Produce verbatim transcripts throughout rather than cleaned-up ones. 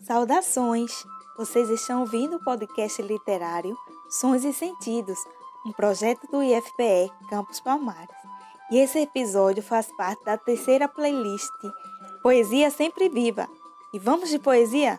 Saudações! Vocês estão ouvindo o podcast literário Sons e Sentidos, um projeto do I F P E Campus Palmares. E esse episódio faz parte da terceira playlist Poesia Sempre Viva. E vamos de poesia?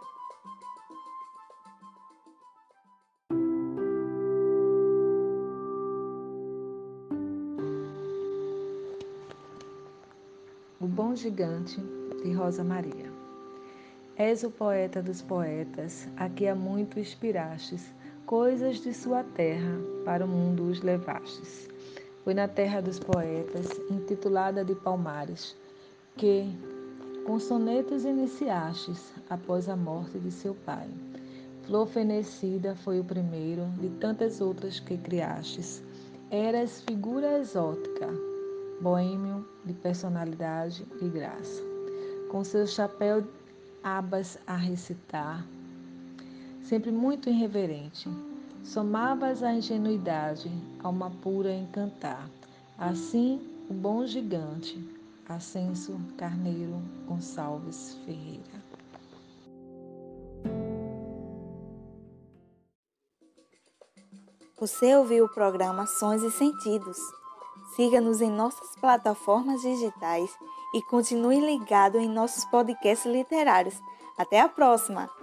O Bom Gigante, de Rosa Maria. És o poeta dos poetas, a que há muito inspirastes, coisas de sua terra, para o mundo os levastes. Foi na terra dos poetas, intitulada de Palmares, que, com sonetos iniciastes, após a morte de seu pai. Flor fenecida foi o primeiro de tantas outras que criastes. Eras figura exótica, boêmio de personalidade e graça. Com seu chapéu abas a recitar, sempre muito irreverente, somavas a ingenuidade, alma pura em cantar. Assim, o bom gigante, Ascenso Carneiro Gonçalves Ferreira. Você ouviu o programa Sons e Sentidos. Siga-nos em nossas plataformas digitais e continue ligado em nossos podcasts literários. Até a próxima!